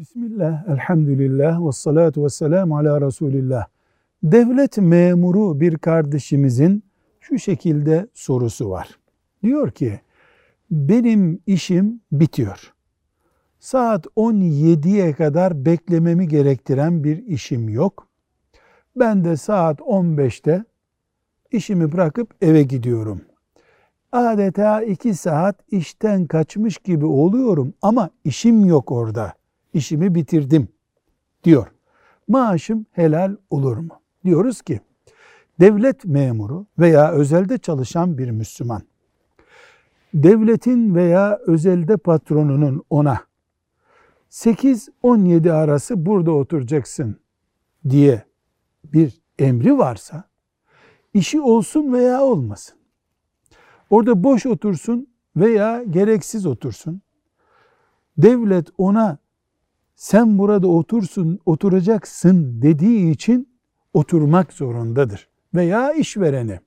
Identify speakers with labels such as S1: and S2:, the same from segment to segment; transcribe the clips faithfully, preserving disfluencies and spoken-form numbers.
S1: Bismillah, elhamdülillah, ve salatu ve selamu ala Resulillah. Devlet memuru bir kardeşimizin şu şekilde sorusu var. Diyor ki, benim işim bitiyor. Saat on yediye kadar beklememi gerektiren bir işim yok. Ben de saat on beşte işimi bırakıp eve gidiyorum. Adeta iki saat işten kaçmış gibi oluyorum ama işim yok orada. İşimi bitirdim diyor. Maaşım helal olur mu? Diyoruz ki devlet memuru veya özelde çalışan bir Müslüman, devletin veya özelde patronunun ona sekiz on yedi arası burada oturacaksın diye bir emri varsa, işi olsun veya olmasın, orada boş otursun veya gereksiz otursun, devlet ona sen burada otursun, oturacaksın dediği için oturmak zorundadır. Veya işvereni.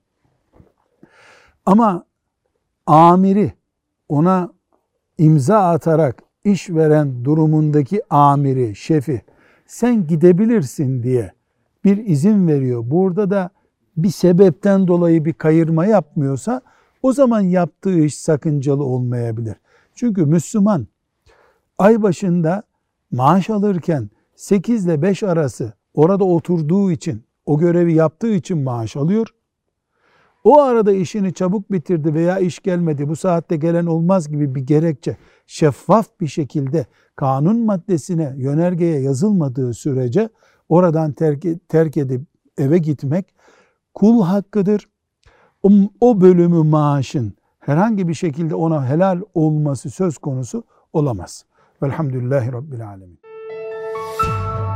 S1: Ama amiri ona imza atarak işveren durumundaki amiri, şefi sen gidebilirsin diye bir izin veriyor. Burada da bir sebepten dolayı bir kayırma yapmıyorsa o zaman yaptığı iş sakıncalı olmayabilir. Çünkü Müslüman ay başında maaş alırken sekiz ile beş arası orada oturduğu için, o görevi yaptığı için maaş alıyor. O arada işini çabuk bitirdi veya iş gelmedi, bu saatte gelen olmaz gibi bir gerekçe şeffaf bir şekilde kanun maddesine, yönergeye yazılmadığı sürece oradan terk, terk edip eve gitmek kul hakkıdır. O, o bölümü maaşın herhangi bir şekilde ona helal olması söz konusu olamaz. Velhamdülillahi Rabbil Alemin.